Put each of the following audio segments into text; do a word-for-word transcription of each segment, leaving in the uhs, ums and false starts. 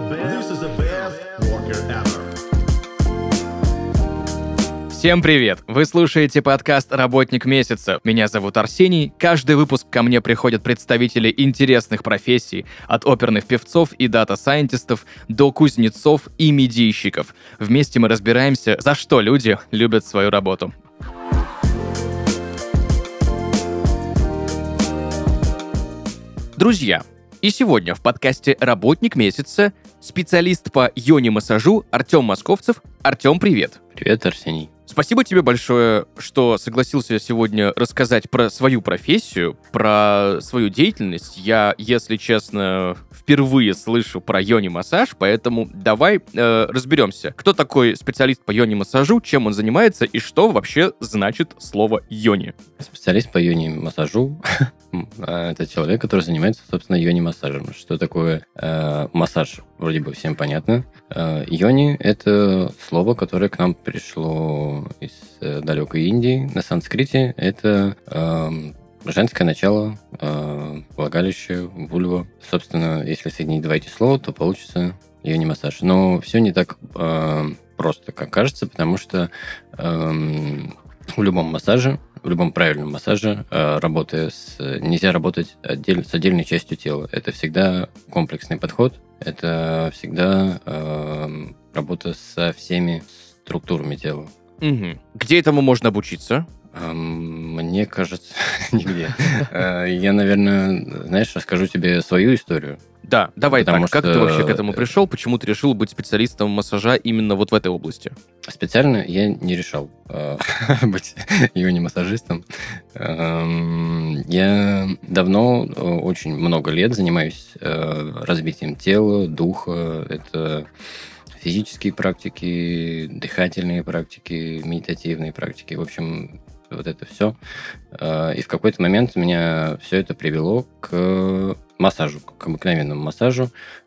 This is the best worker ever. Всем привет! Вы слушаете подкаст «Работник месяца». Меня зовут Арсений. Каждый выпуск ко мне приходят представители интересных профессий, от оперных певцов и дата-сайентистов до кузнецов и медийщиков. Вместе мы разбираемся, за что люди любят свою работу. Друзья, и сегодня в подкасте «Работник месяца» специалист по йони-массажу Артем Московцев. Артем, привет! Привет, Арсений. Спасибо тебе большое, что согласился сегодня рассказать про свою профессию, про свою деятельность. Я, если честно, впервые слышу про йони-массаж, поэтому давай э, разберемся, кто такой специалист по йони-массажу, чем он занимается и что вообще значит слово йони. Специалист по йони-массажу — это человек, который занимается, собственно, йони-массажем. Что такое э, массаж? Вроде бы всем понятно. Э, йони — это слово, которое к нам пришло из э, далекой Индии. На санскрите это э, женское начало, э, влагалище, вульва. Собственно, если соединить два эти слова, то получится йони-массаж. Но все не так э, просто, как кажется, потому что э, в любом массаже, в любом правильном массаже, э, работая с... нельзя работать отдель, с отдельной частью тела. Это всегда комплексный подход. Это всегда э, работа со всеми структурами тела. Угу. Где этому можно обучиться? Мне кажется, нигде. Я, наверное, знаешь, расскажу тебе свою историю. Да, давай так. Потому Как что- ты вообще к этому пришел? Почему ты решил быть специалистом массажа именно вот в этой области? Специально я не решал э, быть йони-массажистом. Эм, Я давно, э, очень много лет занимаюсь э, развитием тела, духа. Это физические практики, дыхательные практики, медитативные практики. В общем, вот это все. И в какой-то момент меня все это привело к массажу, к обыкновенному массажу.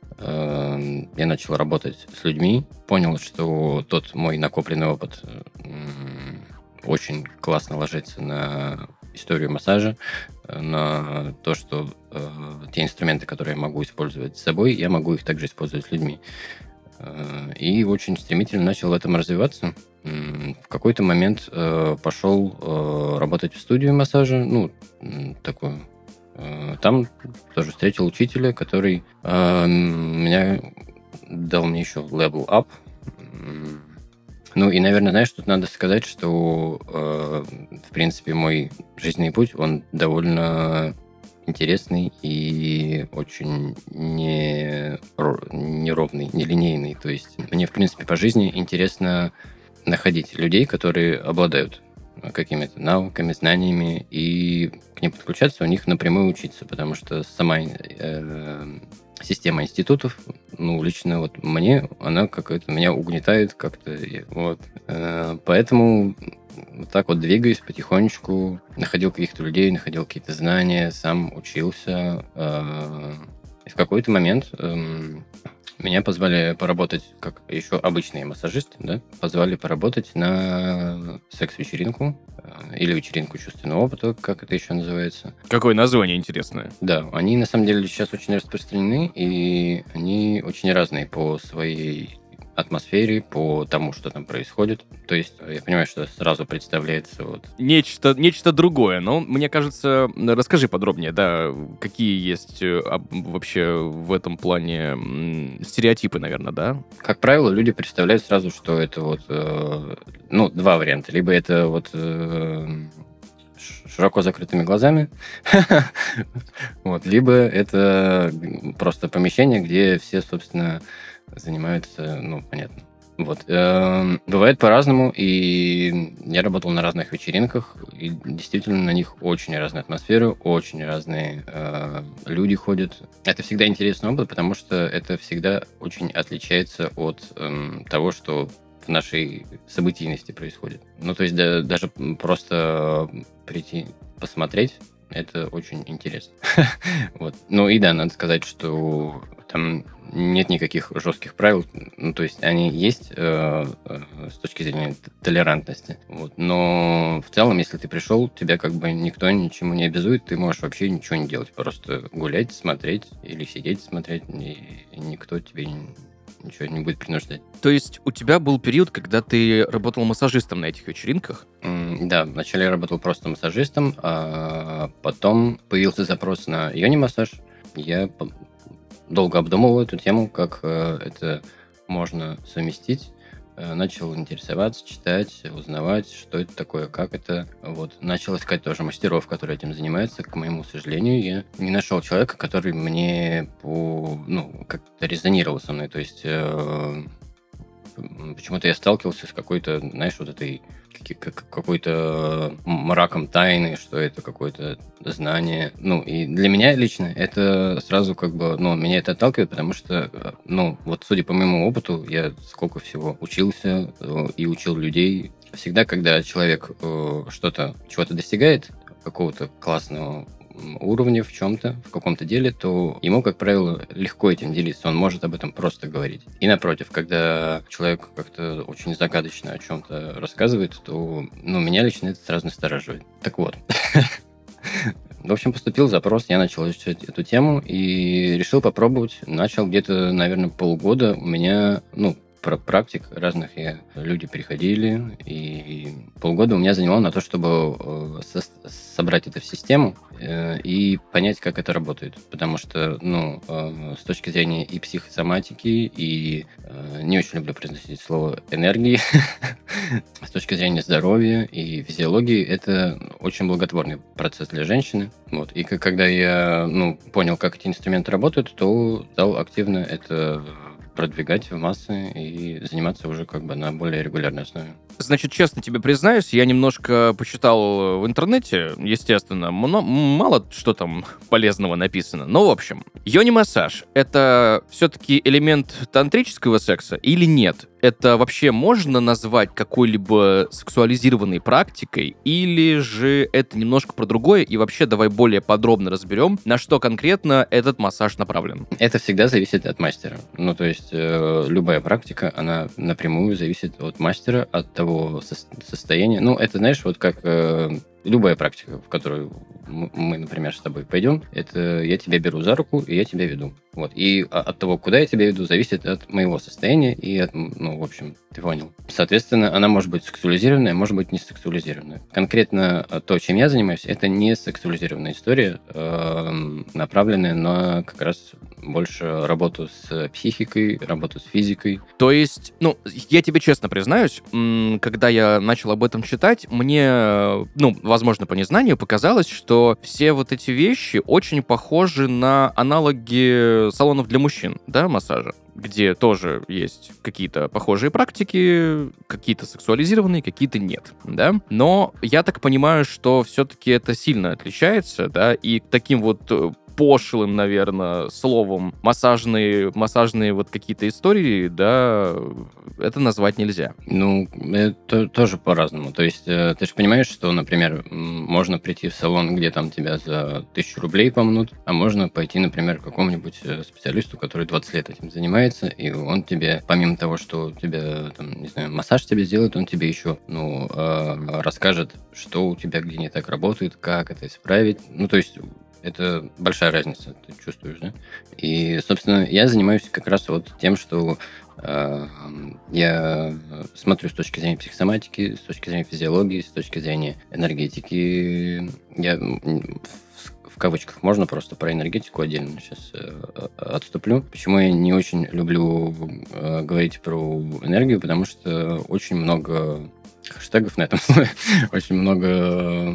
Э, Я начал работать с людьми, понял, что тот мой накопленный опыт м, очень классно ложится на историю массажа, на то, что э, те инструменты, которые я могу использовать с собой, я могу их также использовать с людьми. Э, И очень стремительно начал в этом развиваться. М, В какой-то момент э, пошел э, работать в студию массажа, ну, м, такую. Э, Там тоже встретил учителя, который э, меня дал мне еще level up. М, Ну и, наверное, знаешь, тут надо сказать, что, э, в принципе, мой жизненный путь, он довольно интересный и очень не, ро- неровный, нелинейный. То есть мне, в принципе, по жизни интересно находить людей, которые обладают какими-то навыками, знаниями, и к ним подключаться, у них напрямую учиться, потому что сама э, система институтов, ну, лично вот мне, она какая-то меня угнетает как-то. и Вот. Э, Поэтому вот так вот двигаюсь потихонечку, находил каких-то людей, находил какие-то знания, сам учился. э, И в какой-то момент эм, меня позвали поработать, как еще обычные массажисты, да, позвали поработать на секс-вечеринку э, или вечеринку чувственного опыта, как это еще называется. Какое название интересное. Да, они на самом деле сейчас очень распространены, и они очень разные по своей атмосфере, по тому, что там происходит. То есть я понимаю, что сразу представляется вот... Нечто, нечто другое, но мне кажется, расскажи подробнее, да, какие есть э, об- вообще в этом плане м, стереотипы, наверное, да? Как правило, люди представляют сразу, что это вот... э, ну, два варианта. Либо это вот... э, ш- широко закрытыми глазами, вот, либо это просто помещение, где все, собственно, занимаются, ну, понятно. Вот. эм, Бывает по-разному, и я работал на разных вечеринках, и действительно на них очень разные атмосферы, очень разные э, люди ходят. Это всегда интересный опыт, потому что это всегда очень отличается от эм, того, что в нашей событийности происходит. Ну, то есть да- даже просто прийти посмотреть, это очень интересно. Вот. Ну и да, надо сказать, что там нет никаких жестких правил. Ну, то есть они есть э, э, с точки зрения т- толерантности. Вот. Но в целом, если ты пришел, тебя как бы никто ничему не обязует, ты можешь вообще ничего не делать. Просто гулять, смотреть или сидеть, смотреть, и, и никто тебе не, ничего не будет принуждать. То есть у тебя был период, когда ты работал массажистом на этих вечеринках? М, Да, вначале я работал просто массажистом, а потом появился запрос на йони-массаж. Я по- долго обдумывал эту тему, как э, это можно совместить. Э, Начал интересоваться, читать, узнавать, что это такое, как это. Вот. Начал искать тоже мастеров, которые этим занимаются. К моему сожалению, я не нашел человека, который мне по, ну, как-то резонировал со мной. То есть э, м, почему-то я сталкивался с какой-то, знаешь, вот этой каки- как- какой-то мраком тайны, что это какое-то знание. Ну, и для меня лично это сразу как бы, ну, меня это отталкивает, потому что, э, ну, вот судя по моему опыту, я сколько всего учился э, и учил людей. Всегда, когда человек э, что-то, чего-то достигает, какого-то классного м, уровня в чем-то, в каком-то деле, то ему, как правило, легко этим делиться. Он может об этом просто говорить. И напротив, когда человек как-то очень загадочно о чем-то рассказывает, то, ну, меня лично это сразу настораживает. Так вот. В общем, поступил запрос, я начал изучать эту тему и решил попробовать. Начал где-то, наверное, полгода. У меня, ну, про практик разных я, люди приходили, и полгода у меня занимало на то, чтобы э, со- собрать это в систему э, и понять, как это работает. Потому что, ну, э, с точки зрения и психосоматики, и э, не очень люблю произносить слово энергии, с точки зрения здоровья и физиологии, это очень благотворный процесс для женщины. Вот. И к- когда я, ну, понял, как эти инструменты работают, то стал активно это продвигать в массы и заниматься уже как бы на более регулярной основе. Значит, честно тебе признаюсь, я немножко почитал в интернете, естественно, мно- мало что там полезного написано. Но, в общем, йони-массаж — это все-таки элемент тантрического секса или нет? Это вообще можно назвать какой-либо сексуализированной практикой, или же это немножко про другое? И вообще давай более подробно разберем, на что конкретно этот массаж направлен. Это всегда зависит от мастера. Ну, то есть э, любая практика, она напрямую зависит от мастера, от того сос- состояния. Ну, это, знаешь, вот как э, любая практика, в которую м- мы, например, с тобой пойдем, это я тебя беру за руку, и я тебя веду. Вот. И а- от того, куда я тебя веду, зависит от моего состояния и от, м, ну, в общем, ты понял. Соответственно, она может быть сексуализированная, может быть не сексуализированная. Конкретно э, то, чем я занимаюсь, это не сексуализированная история, э, направленная на как раз больше работу с психикой, работу с физикой. То есть, ну, я тебе честно признаюсь, м, когда я начал об этом читать, мне, э, ну, возможно, по незнанию показалось, что все вот эти вещи очень похожи на аналоги салонов для мужчин, да, массажа, где тоже есть какие-то похожие практики, какие-то сексуализированные, какие-то нет, да. Но я так понимаю, что все-таки это сильно отличается, да, и таким вот э, пошлым, наверное, словом массажные, массажные вот какие-то истории, да, это назвать нельзя. Ну, это тоже по-разному. То есть, э, ты же понимаешь, что, например, м, можно прийти в салон, где там тебя за тысячу рублей помнут, а можно пойти, например, к какому-нибудь э, специалисту, который двадцать лет этим занимается, и он тебе, помимо того, что тебе, там, не знаю, массаж тебе сделает, он тебе еще, ну, э, расскажет, что у тебя где не так работает, как это исправить. Ну, то есть, это большая разница, ты чувствуешь, да? И, собственно, я занимаюсь как раз вот тем, что э, я смотрю с точки зрения психосоматики, с точки зрения физиологии, с точки зрения энергетики. Я м, в, в кавычках можно просто про энергетику отдельно сейчас э, отступлю. Почему я не очень люблю э, говорить про энергию? Потому что очень много хэштегов на этом слове, очень много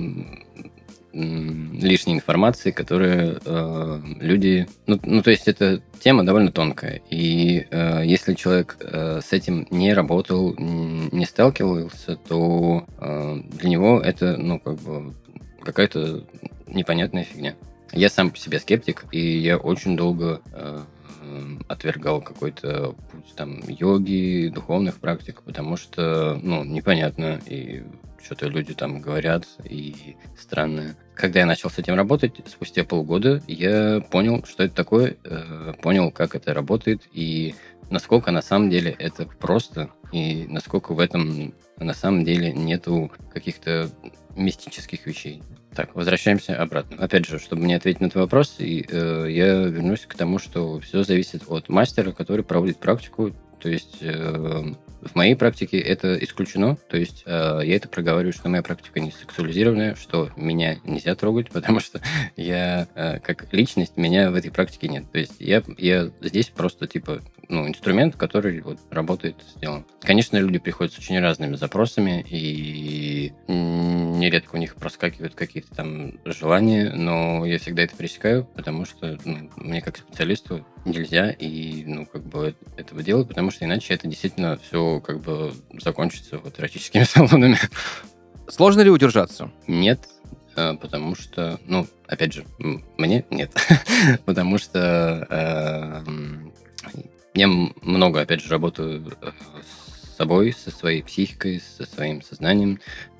м, лишней информации, которую э, люди... Ну, ну, то есть, это тема довольно тонкая. И э, если человек э, с этим не работал, н- не сталкивался, то э, для него это, ну, как бы какая-то непонятная фигня. Я сам по себе скептик, и я очень долго э, отвергал какой-то путь там йоги, духовных практик, потому что, ну, непонятно, и что-то люди там говорят, и странное. Когда я начал с этим работать, спустя полгода, я понял, что это такое, э, понял, как это работает, и насколько на самом деле это просто, и насколько в этом на самом деле нету каких-то мистических вещей. Так, возвращаемся обратно. Опять же, чтобы мне ответить на твой вопрос, и, э, я вернусь к тому, что все зависит от мастера, который проводит практику. То есть э, в моей практике это исключено. То есть э, я это проговариваю, что моя практика не сексуализированная, что меня нельзя трогать, потому что я э, как личность, меня в этой практике нет. То есть я, я здесь просто типа ну, инструмент, который вот, работает с делом. Конечно, люди приходят с очень разными запросами, и нередко у них проскакивают какие-то там желания, но я всегда это пресекаю, потому что ну, мне как специалисту нельзя и ну как бы этого делать, потому что иначе это действительно все как бы закончится вот эротическими салонами. Сложно ли удержаться? Нет, э, потому что, ну, опять же, м, мне нет, потому что э, м, я м- много, опять же, работаю э, с собой, со своей психикой, со своим сознанием,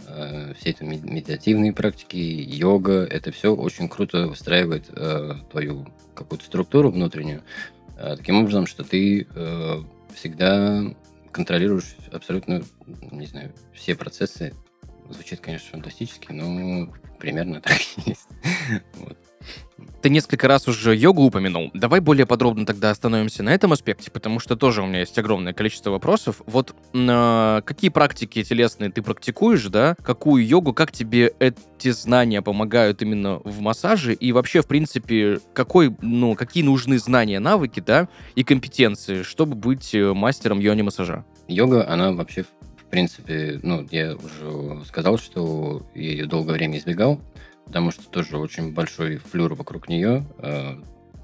э, все это мед- медитативные практики, йога, это все очень круто выстраивает э, твою какую-то структуру внутреннюю, э, таким образом, что ты э, всегда контролируешь абсолютно, не знаю, все процессы. Звучит, конечно, фантастически, но примерно так и есть. Вот. Ты несколько раз уже йогу упомянул. Давай более подробно тогда остановимся на этом аспекте, потому что тоже у меня есть огромное количество вопросов. Вот э, какие практики телесные ты практикуешь, да? Какую йогу, как тебе эти знания помогают именно в массаже? И вообще, в принципе, какой, ну, какие нужны знания, навыки, да, и компетенции, чтобы быть э, мастером йони-массажа? Йога, она вообще, в принципе, ну, я уже сказал, что я ее долгое время избегал, потому что тоже очень большой флюр вокруг нее. э,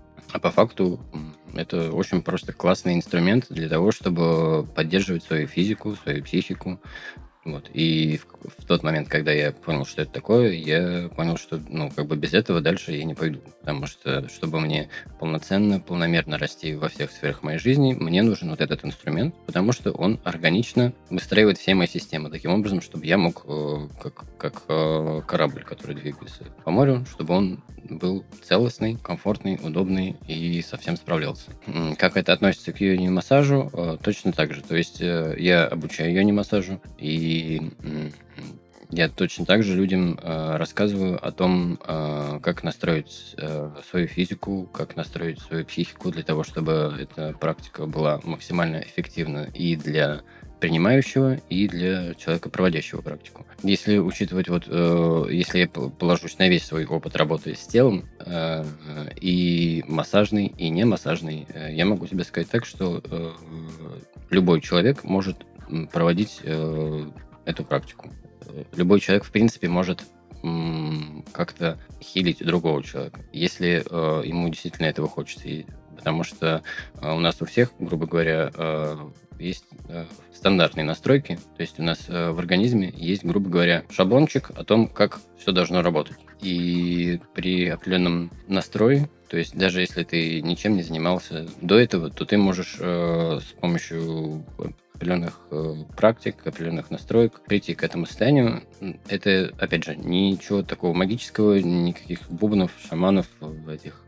А по факту м, это очень просто классный инструмент для того, чтобы поддерживать свою физику, свою психику. Вот. И в, в тот момент, когда я понял, что это такое, я понял, что ну, как бы без этого дальше я не пойду. Потому что, чтобы мне полноценно, полномерно расти во всех сферах моей жизни, мне нужен вот этот инструмент, потому что он органично выстраивает все мои системы таким образом, чтобы я мог, э, как, как э, корабль, который двигается по морю, чтобы он был целостный, комфортный, удобный и совсем справлялся. М, Как это относится к йони-массажу? Э, Точно так же. То есть э, я обучаю йони-массажу, и м, я точно так же людям э, рассказываю о том, э, как настроить э, свою физику, как настроить свою психику для того, чтобы эта практика была максимально эффективна и для принимающего, и для человека, проводящего практику. Если учитывать, вот, э, если я п- положусь на весь свой опыт работы с телом, э, и массажный, и не массажный, э, я могу тебе сказать так, что э, любой человек может м, проводить э, эту практику. Э, Любой человек, в принципе, может м, как-то хилить другого человека, если э, ему действительно этого хочется. И- потому что э, у нас у всех, грубо говоря, э, есть э, стандартные настройки. То есть у нас э, в организме есть, грубо говоря, шаблончик о том, как все должно работать. И при определенном настрое, то есть даже если ты ничем не занимался до этого, то ты можешь э, с помощью определенных э, практик, определенных настроек прийти к этому состоянию. Это, опять же, ничего такого магического, никаких бубнов, шаманов, этих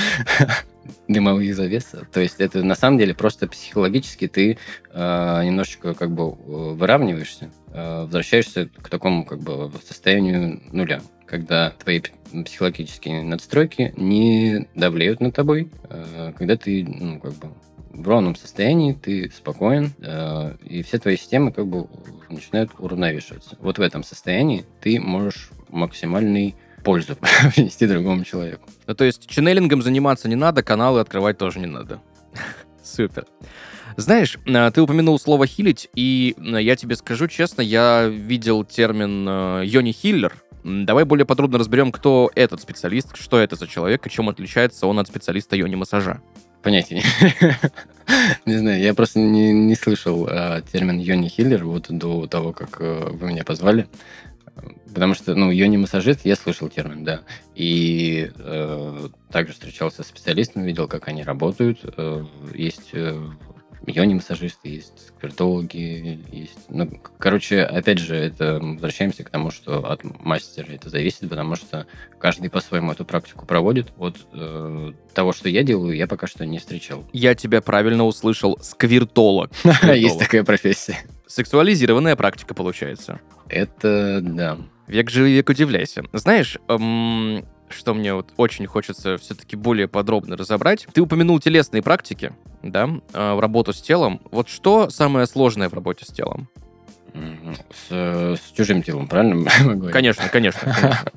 дымовых завес. То есть это на самом деле просто психологически ты э, немножечко как бы э, выравниваешься, э, возвращаешься к такому как бы состоянию нуля, когда твои п- психологические надстройки не давлеют над тобой, э, когда ты ну, как бы в ровном состоянии, ты спокоен, э, и все твои системы как бы начинают уравновешиваться. Вот в этом состоянии ты можешь максимальный пользу принести другому человеку. Ну, то есть ченнелингом заниматься не надо, каналы открывать тоже не надо. Супер. Знаешь, а, ты упомянул слово «хилить», и а, я тебе скажу честно, я видел термин а, «йони-хиллер». М, Давай более подробно разберем, кто этот специалист, что это за человек, и чем отличается он от специалиста йони-массажа. Понятия не Не знаю, я просто не, не слышал э, термин йони-хиллер вот до того, как э, вы меня позвали. Потому что, ну, йони-массажист, я слышал термин, да. И э, также встречался с специалистами, видел, как они работают. Э, есть э, йони-массажисты, есть сквертологи, есть... Ну, к- короче, опять же, это мы возвращаемся к тому, что от мастера это зависит, потому что каждый по-своему эту практику проводит. Вот э, того, что я делаю, я пока что не встречал. Я тебя правильно услышал. Сквиртолог. Есть Сквиртолог. такая профессия. Сексуализированная практика получается. Это, да. Век живи, век удивляйся. Знаешь, эм, что мне вот очень хочется все-таки более подробно разобрать. Ты упомянул телесные практики, да, э, в работу с телом. Вот что самое сложное в работе с телом? Мгм. С, э, с чужим телом, правильно мы говорим? Конечно, конечно, конечно.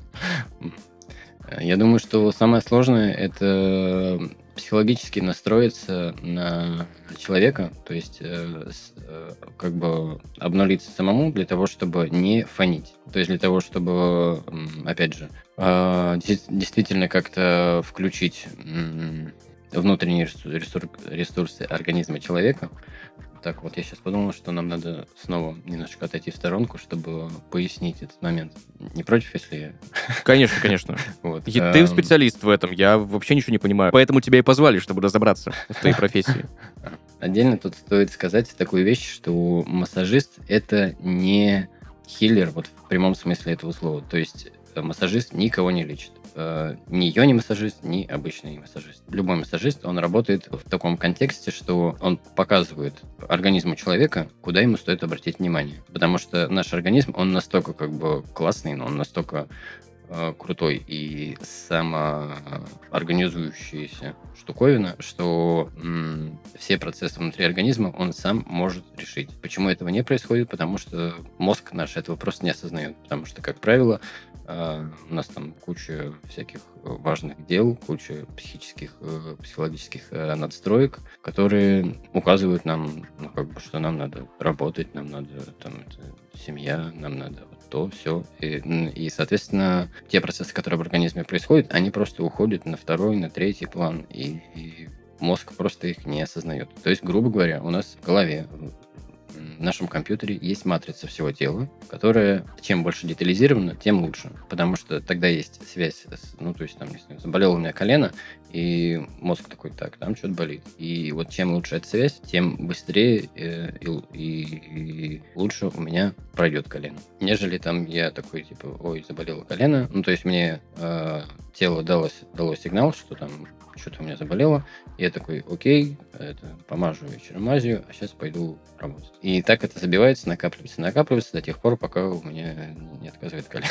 Я думаю, что самое сложное – это психологически настроиться на человека, то есть э, с- э, как бы обнулиться самому для того, чтобы не фонить. То есть для того, чтобы, м, опять же, э, дес- действительно как-то включить м, внутренние ресу- ресур- ресурсы организма человека. Так вот, я сейчас подумал, что нам надо снова немножко отойти в сторонку, чтобы пояснить этот момент. Не против, если я... Конечно, конечно. Вот. И ты эм, специалист в этом, я вообще ничего не понимаю. Поэтому тебя и позвали, чтобы разобраться в твоей профессии. Отдельно тут стоит сказать такую вещь, что массажист – это не хиллер вот в прямом смысле этого слова. То есть э, массажист никого не лечит. Э, Ни йони-массажист, ни обычный массажист. Любой массажист, он работает в таком контексте, что он показывает организму человека, куда ему стоит обратить внимание. Потому что наш организм, он настолько как бы классный, но он настолько э, крутой и самоорганизующаяся штуковина, что м, все процессы внутри организма он сам может решить. Почему этого не происходит? Потому что мозг наш этого просто не осознает. Потому что, как правило, э, у нас там куча всяких важных дел, куча психических, э, психологических э, надстроек, которые указывают нам, ну, как бы, что нам надо работать, нам надо там это, семья, нам надо вот то, все. И, м, и, соответственно, те процессы, которые в организме происходят, они просто уходят на второй, на третий план, и, и мозг просто их не осознает. То есть, грубо говоря, у нас в голове, в нашем компьютере есть матрица всего тела, которая чем больше детализирована, тем лучше. Потому что тогда есть связь, с, ну, то есть, там, если заболело у меня колено, и мозг такой, так, там что-то болит. И вот чем лучше эта связь, тем быстрее э, и, и- и лучше у меня пройдет колено. Нежели там я такой, типа, ой, заболело колено. Ну, то есть мне э, тело дало, с- дало сигнал, что там что-то у меня заболело. И я такой, окей, это, помажу вечером мазью, а сейчас пойду работать. И так это забивается, накапливается, накапливается до тех пор, пока у меня не отказывает колено.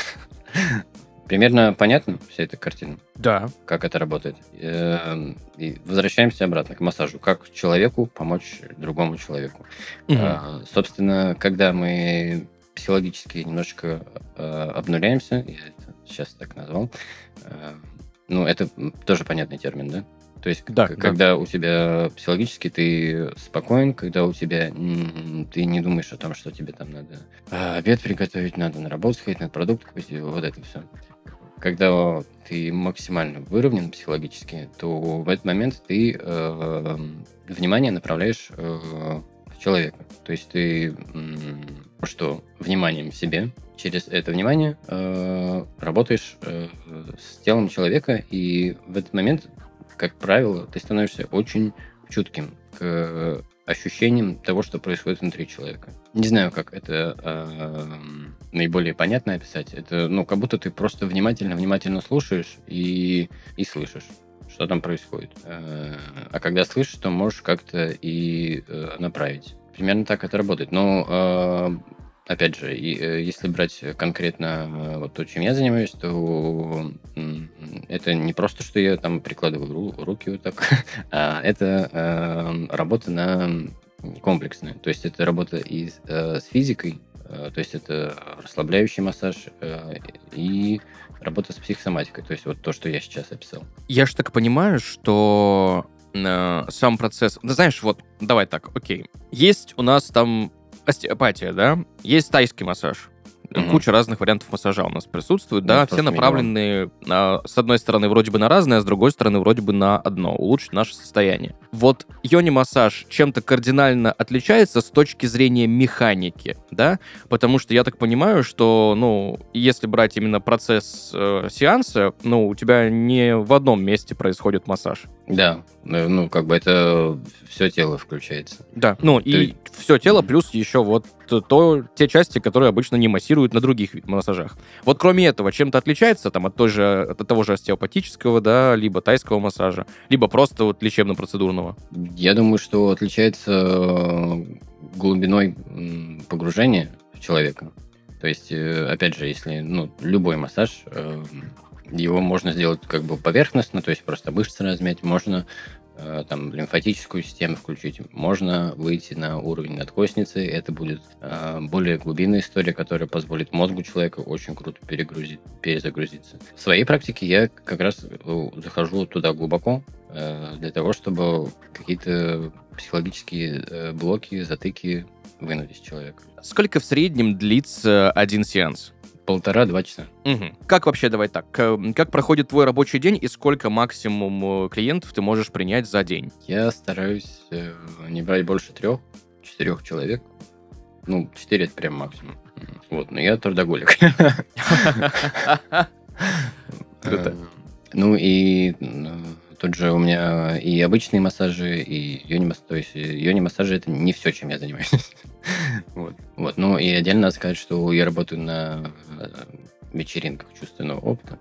Примерно понятно вся эта картина? Да. Как это работает. Эм, И возвращаемся обратно к массажу. Как человеку помочь другому человеку. Мгм. А, Собственно, когда мы психологически немножко э, обнуляемся, я это сейчас так назвал, э, ну, это м, тоже понятный термин, да? То есть, Да, к- да. когда у тебя психологически ты спокоен, когда у тебя м, ты не думаешь о том, что тебе там надо а, обед приготовить, надо на работу сходить, надо продукты купить, и вот это все. Когда ты максимально выровнен психологически, то в этот момент ты э, внимание направляешь э, в человека. То есть ты м, что вниманием в себе через это внимание э, работаешь э, с телом человека, и в этот момент, как правило, ты становишься очень чутким к ощущениям того, что происходит внутри человека. Не знаю, как это э, наиболее понятно описать. Это, ну, как будто ты просто внимательно-внимательно слушаешь и, и слышишь, что там происходит. Э, А когда слышишь, то можешь как-то и э, направить. Примерно так это работает. Но, э, опять же, и, э, если брать конкретно э, вот то, чем я занимаюсь, то м, это не просто, что я там прикладываю ру- руки вот так, а это э, работа на комплексная. То есть это работа и с, э, с физикой, э, то есть это расслабляющий массаж э, и работа с психосоматикой. То есть вот то, что я сейчас описал. Я ж так понимаю, что э, сам процесс... Ну, знаешь, вот, давай так, окей. Есть у нас там остеопатия, да? Есть тайский массаж. Мгм. Куча разных вариантов массажа у нас присутствует, Ну, да, просто все направлены, а, с одной стороны, вроде бы на разное, а с другой стороны, вроде бы на одно, улучшить наше состояние. Вот йони-массаж чем-то кардинально отличается с точки зрения механики, да, потому что я так понимаю, что, ну, если брать именно процесс э, сеанса, ну, у тебя не в одном месте происходит массаж. Да, э, ну как бы это все тело включается. Да, ну и Ты- все тело, Мгм. плюс еще вот то, те части, которые обычно не массируют на других ви- массажах. Вот кроме этого, чем-то отличается там от, той же, от того же остеопатического, да, либо тайского массажа, либо просто вот лечебно-процедурного? Я думаю, что отличается э, глубиной м, погружения в человека. То есть, э, опять же, если, ну, любой массаж, э, его можно сделать как бы поверхностно, то есть просто мышцы размять, можно э, там лимфатическую систему включить, можно выйти на уровень надкостницы, это будет э, более глубинная история, которая позволит мозгу человека очень круто перегрузить, перезагрузиться. В своей практике я как раз э, захожу туда глубоко, э, для того, чтобы какие-то психологические э, блоки, затыки вынуть из человека. Сколько в среднем длится один сеанс? Полтора-два часа. Угу. Как вообще, давай так, к- как проходит твой рабочий день и сколько максимум э, клиентов ты можешь принять за день? Я стараюсь э, не брать больше трех, четырех человек. Ну, четыре это прям максимум. Вот, но я трудоголик. Круто. Э, Ну и э, тут же у меня и обычные массажи, и йони-массажи. То есть йони-массажи это не все, чем я занимаюсь. Вот. Вот. Ну и отдельно надо сказать, что я работаю на э, вечеринках чувственного опыта,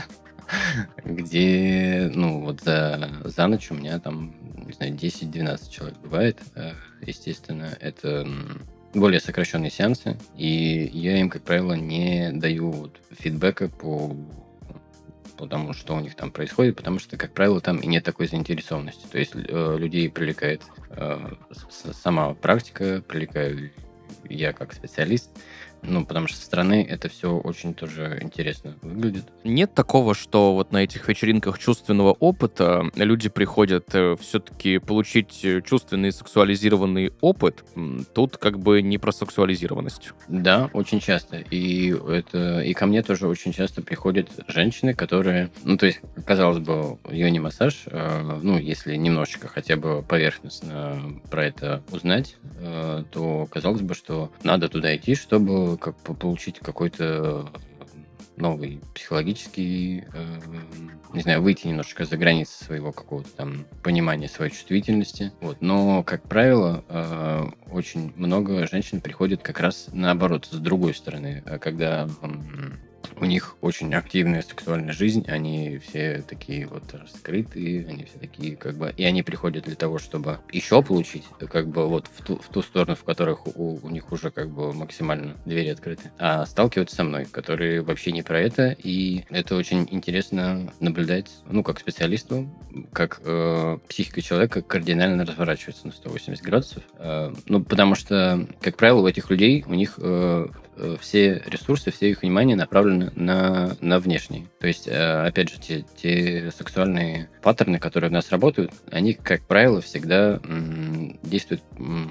где, ну, вот за, за ночь у меня там, не знаю, десять-двенадцать человек бывает. Э, Естественно, это м, более сокращенные сеансы, и я им, как правило, не даю вот фидбэка по по тому, что у них там происходит, потому что, как правило, там и нет такой заинтересованности. То есть э, людей привлекает э, с- сама практика, привлекаю я как специалист, ну, потому что со стороны это все очень тоже интересно выглядит. Нет такого, что вот на этих вечеринках чувственного опыта люди приходят все-таки получить э, чувственный сексуализированный опыт. М, Тут как бы не про сексуализированность. Да, очень часто. И это и ко мне тоже очень часто приходят женщины, которые, ну, то есть, казалось бы, йони-массаж, э, ну, если немножечко хотя бы поверхностно про это узнать, э, то казалось бы, что надо туда идти, чтобы как по- получить какой-то новый психологический, э, не знаю, выйти немножечко за границы своего какого-то там понимания своей чувствительности. Вот. Но, как правило, э, очень много женщин приходит как раз наоборот, с другой стороны, а когда м, у них очень активная сексуальная жизнь, они все такие вот раскрытые, они все такие как бы... И они приходят для того, чтобы еще получить как бы вот в ту, в ту сторону, в которых у, у них уже как бы максимально двери открыты. А сталкиваются со мной, которые вообще не про это, и это очень интересно наблюдать, ну, как специалисту, как э, психика человека кардинально разворачивается на сто восемьдесят градусов. Э, ну, потому что, как правило, у этих людей, у них э, э, все ресурсы, все их внимание направлено на, на внешнее. То есть, э, опять же, те, те сексуальные паттерны, которые у нас работают, они, как правило, всегда м, действуют м,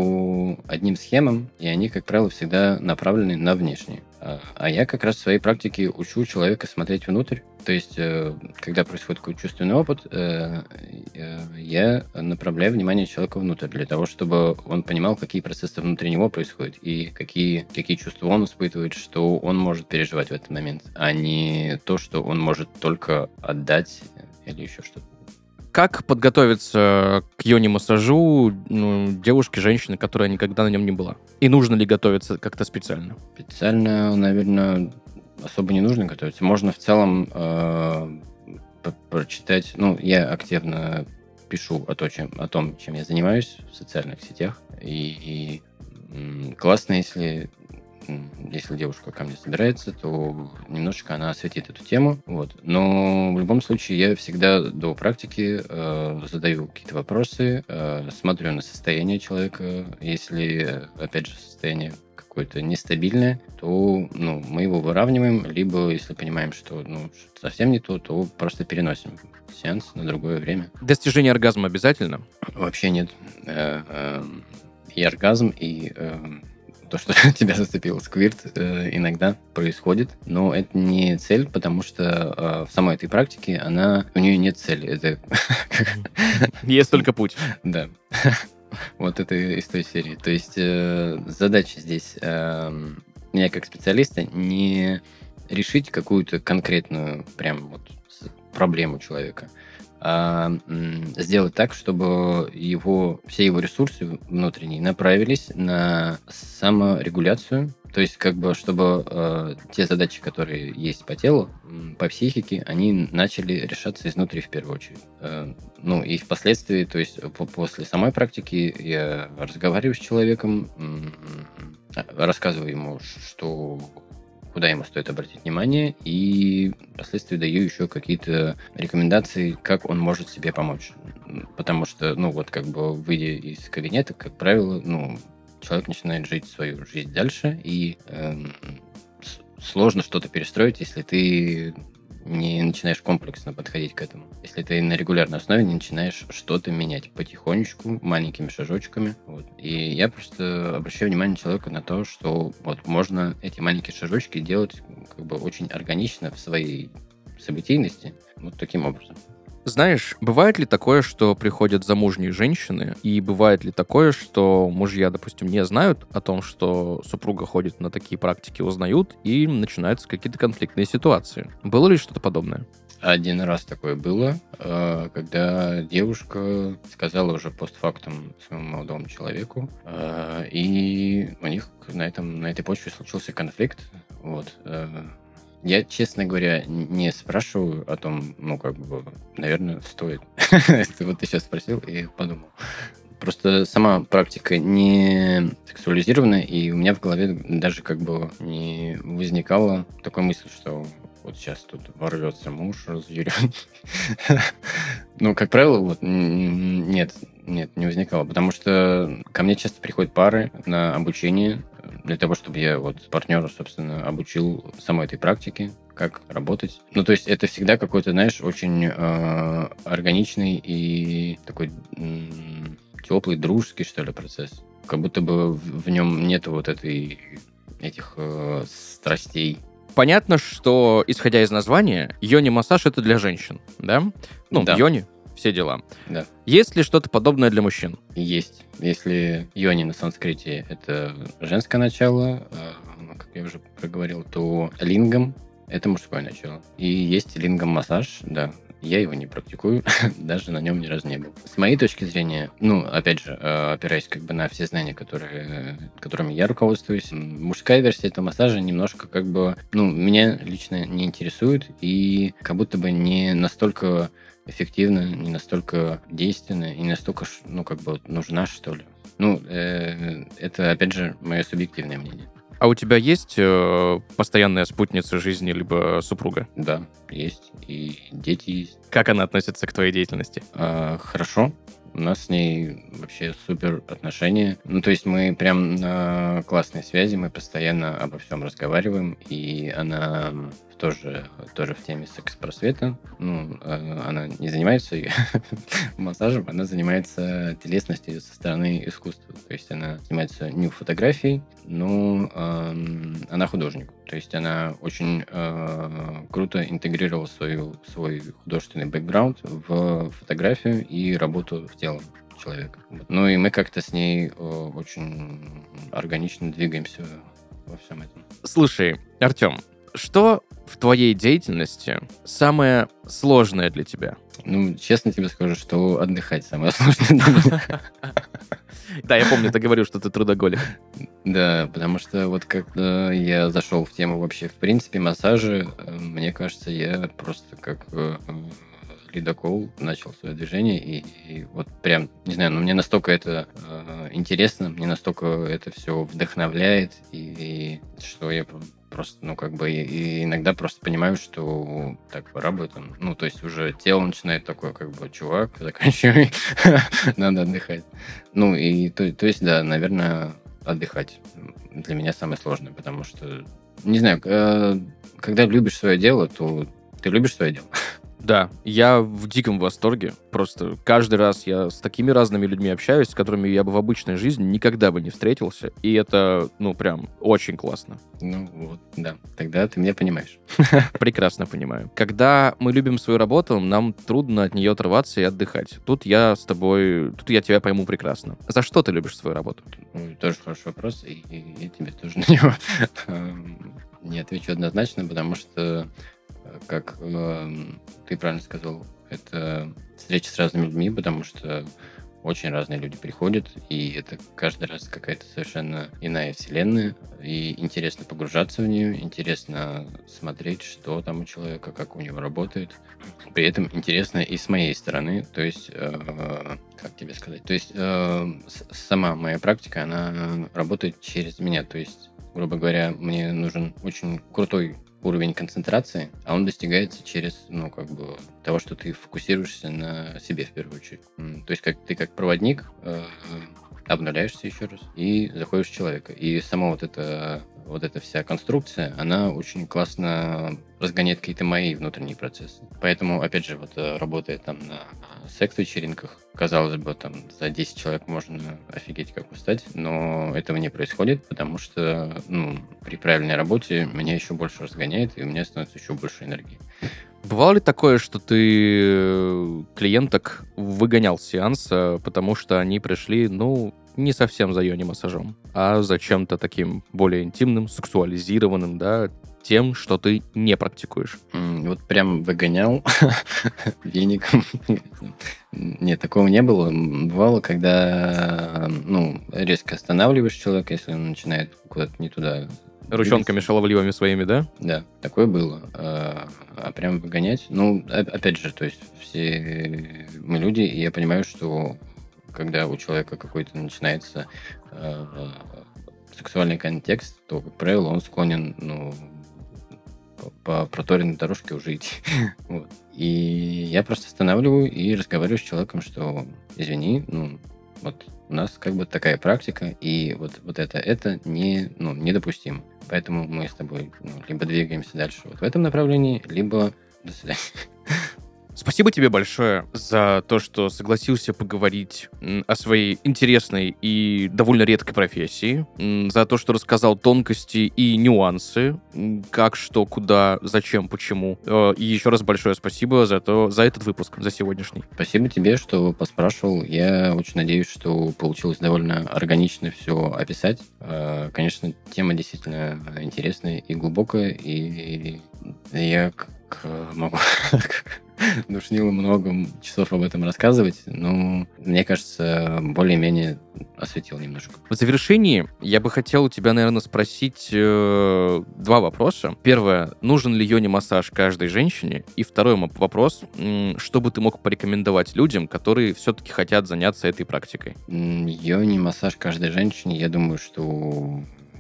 по одним схемам, и они, как правило, всегда направлены на внешнее. А а я как раз в своей практике учу человека смотреть внутрь. То есть, э, когда происходит какой-то чувственный опыт, э, э, я направляю внимание человека внутрь, для того, чтобы он понимал, какие процессы внутри него происходят, и какие, какие чувства он испытывает, что он может переживать в этот момент, а не то, что он может только отдать или еще что-то. Как подготовиться к йони-массажу ну, девушке, женщине, которая никогда на нем не была? И нужно ли готовиться как-то специально? Специально, наверное, особо не нужно готовиться. Можно в целом э, по- прочитать. Ну, я активно пишу о, то, чем, о том, чем я занимаюсь в социальных сетях. И, и м, классно, если, м, если девушка ко мне собирается, то немножечко она осветит эту тему. Вот. Но в любом случае я всегда до практики э, задаю какие-то вопросы, э, смотрю на состояние человека. Если, опять же, состояние какое-то нестабильное, то ну, мы его выравниваем, либо, если понимаем, что ну, что-то совсем не то, то просто переносим сеанс на другое время. Достижение оргазма обязательно? Вообще нет. Э, э, И оргазм, и э, то, что тебя зацепил сквирт, э, иногда происходит, но это не цель, потому что э, в самой этой практике она, у нее нет цели. Это Есть только путь. да. Вот это из той серии. То есть э, задача здесь э, меня как специалиста не решить какую-то конкретную прям вот с- проблему человека, а м, сделать так, чтобы его, все его ресурсы внутренние направились на саморегуляцию. То есть, как бы, чтобы э, те задачи, которые есть по телу, м, по психике, они начали решаться изнутри в первую очередь. Э, ну, и впоследствии, то есть, по- после самой практики я разговариваю с человеком, м, рассказываю ему, что куда ему стоит обратить внимание, и впоследствии даю еще какие-то рекомендации, как он может себе помочь. Потому что, ну, вот как бы выйдя из кабинета, как правило, ну, человек начинает жить свою жизнь дальше, и эм, с- сложно что-то перестроить, если ты не начинаешь комплексно подходить к этому. Если ты на регулярной основе не начинаешь что-то менять потихонечку, маленькими шажочками. Вот. И я просто обращаю внимание человека на то, что вот можно эти маленькие шажочки делать как бы очень органично в своей событийности, вот таким образом. Знаешь, бывает ли такое, что приходят замужние женщины, и бывает ли такое, что мужья, допустим, не знают о том, что супруга ходит на такие практики, узнают, и начинаются какие-то конфликтные ситуации? Было ли что-то подобное? Один раз такое было, э, когда девушка сказала уже постфактум своему молодому человеку, э, и у них на, этом, на этой почве случился конфликт. Вот. э. Я, честно говоря, н- не спрашиваю о том, ну, как бы, наверное, стоит. Это вот ты сейчас спросил и подумал. Просто сама практика не сексуализирована, и у меня в голове даже как бы не возникала такой мысли, что вот сейчас тут ворвется муж, разъярен. Ну, как правило, вот н- нет, нет, не возникало, потому что ко мне часто приходят пары на обучение для того, чтобы я вот партнера, собственно, обучил самой этой практике, как работать. Ну, то есть это всегда какой-то, знаешь, очень э, органичный и такой м, теплый, дружеский, что ли, процесс. Как будто бы в, в нем нет вот этой этих э, страстей. Понятно, что, исходя из названия, йони-массаж — это для женщин, да? Ну, Да. йони, все дела. Да. Есть ли что-то подобное для мужчин? Есть. Если йони на санскрите это женское начало, э, как я уже проговорил, то лингам это мужское начало. И есть лингам-массаж, да. Я его не практикую, даже на нем ни разу не был. С моей точки зрения, ну, опять же, э, опираясь как бы на все знания, которые, которыми я руководствуюсь, м, мужская версия этого массажа немножко как бы, ну, меня лично не интересует и как будто бы не настолько эффективно, не настолько действенна и не настолько, ш- ну, как бы нужна, что ли. Ну, э, это, опять же, мое субъективное мнение. А у тебя есть э, постоянная спутница жизни, либо супруга? Да, есть. И дети есть. Как она относится к твоей деятельности? А, хорошо. У нас с ней вообще супер отношения. Ну, то есть мы прям на классной связи, мы постоянно обо всем разговариваем, и она тоже, тоже в теме секс-просвета. Ну, э, она не занимается массажем, она занимается телесностью со стороны искусства. То есть она занимается нью-фотографией, но эм, она художник. То есть она очень э, круто интегрировала свою, свой художественный бэкграунд в фотографию и работу с телом человека. Вот. Ну и мы как-то с ней э, очень органично двигаемся во всем этом. Слушай, Артем, что в твоей деятельности самое сложное для тебя? Ну, честно тебе скажу, что отдыхать самое сложное для меня. Да, я помню, ты говорил, что ты трудоголик. Да, потому что вот когда я зашел в тему вообще, в принципе, массажи, э, мне кажется, я просто как э, ледокол начал свое движение, и, и вот прям, не знаю, ну мне настолько это э, интересно, мне настолько это все вдохновляет, и, и что я п- просто, ну как бы, и, и иногда просто понимаю, что так, пора бы там, ну то есть уже тело начинает такое, как бы, чувак, заканчивай, надо отдыхать. Ну и то, то есть, да, наверное, отдыхать для меня самое сложное, потому что, не знаю, э, когда любишь свое дело, то ты любишь свое дело. Да, я в диком восторге. Просто каждый раз я с такими разными людьми общаюсь, с которыми я бы в обычной жизни никогда бы не встретился. И это, ну, прям очень классно. Ну вот, да, тогда ты меня понимаешь. Прекрасно понимаю. Когда мы любим свою работу, нам трудно от нее отрываться и отдыхать. Тут я с тобой... Тут я тебя пойму прекрасно. За что ты любишь свою работу? Ну, тоже хороший вопрос, и, и я тебе тоже на него эм, не отвечу однозначно, потому что, э, как эм, ты правильно сказал, это встреча с разными людьми, потому что очень разные люди приходят, и это каждый раз какая-то совершенно иная вселенная, и интересно погружаться в нее, интересно смотреть, что там у человека, как у него работает. При этом интересно и с моей стороны, то есть, э, как тебе сказать, то есть э, сама моя практика, она работает через меня, то есть, грубо говоря, мне нужен очень крутой уровень концентрации, а он достигается через, ну, как бы, того, что ты фокусируешься на себе в первую очередь. То есть как ты как проводник э, обнуляешься еще раз и заходишь в человека. И сама вот эта, вот эта вся конструкция, она очень классно разгоняет какие-то мои внутренние процессы. Поэтому, опять же, вот работая там на секс-вечеринках, казалось бы, там за десять человек можно офигеть как устать, но этого не происходит, потому что, ну, при правильной работе меня еще больше разгоняет, и у меня становится еще больше энергии. Бывало ли такое, что ты клиенток выгонял с сеанса, потому что они пришли, ну, не совсем за йони-массажом, а за чем-то таким более интимным, сексуализированным, да, тем, что ты не практикуешь? Вот прям выгонял веником. Нет, такого не было. Бывало, когда, ну, резко останавливаешь человека, если он начинает куда-то не туда. Ручонками шаловливыми своими, да? Да, такое было. А, а прям выгонять? Ну, опять же, то есть все мы люди, и я понимаю, что когда у человека какой-то начинается э, сексуальный контекст, то, как правило, он склонен, ну, по, по проторенной дорожке уже идти. Вот. И я просто останавливаю и разговариваю с человеком, что, извини, ну, вот у нас как бы такая практика, и вот, вот это, это не, ну, недопустимо. Поэтому мы с тобой, ну, либо двигаемся дальше вот в этом направлении, либо до свидания. Спасибо тебе большое за то, что согласился поговорить о своей интересной и довольно редкой профессии, за то, что рассказал тонкости и нюансы, как, что, куда, зачем, почему. И еще раз большое спасибо за, то, за этот выпуск, за сегодняшний. Спасибо тебе, что поспрашивал. Я очень надеюсь, что получилось довольно органично все описать. Конечно, тема действительно интересная и глубокая, и я могу... душнило много часов об этом рассказывать, но, мне кажется, более-менее осветил немножко. В завершении я бы хотел у тебя, наверное, спросить э, два вопроса. Первое, нужен ли йони-массаж каждой женщине? И второй вопрос, м, что бы ты мог порекомендовать людям, которые все-таки хотят заняться этой практикой? Йони-массаж каждой женщине, я думаю, что...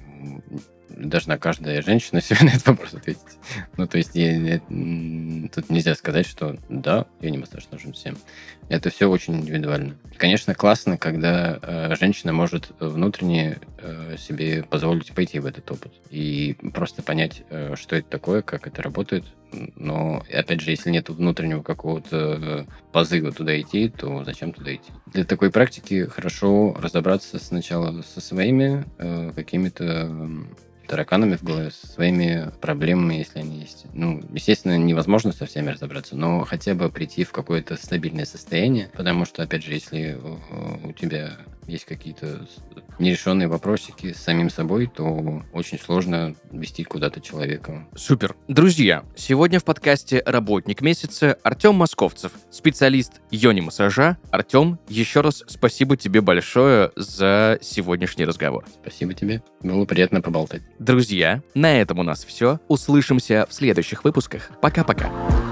должна каждая женщина себе на этот вопрос ответить. Ну, то есть, я, я, тут нельзя сказать, что да, йони-массаж нужен всем. Это все очень индивидуально. Конечно, классно, когда э, женщина может внутренне э, себе позволить пойти в этот опыт и просто понять, э, что это такое, как это работает. Но, опять же, если нет внутреннего какого-то э, позыва туда идти, то зачем туда идти? Для такой практики хорошо разобраться сначала со своими э, какими-то тараканами в голове, со своими проблемами, если они есть. Ну, естественно, невозможно со всеми разобраться, но хотя бы прийти в какое-то стабильное состояние, потому что, опять же, если у тебя есть какие-то нерешенные вопросики с самим собой, то очень сложно вести куда-то человека. Супер. Друзья, сегодня в подкасте «Работник месяца» Артем Московцев, специалист йони-массажа. Артем, еще раз спасибо тебе большое за сегодняшний разговор. Спасибо тебе. Было приятно поболтать. Друзья, на этом у нас все. Услышимся в следующих выпусках. Пока-пока.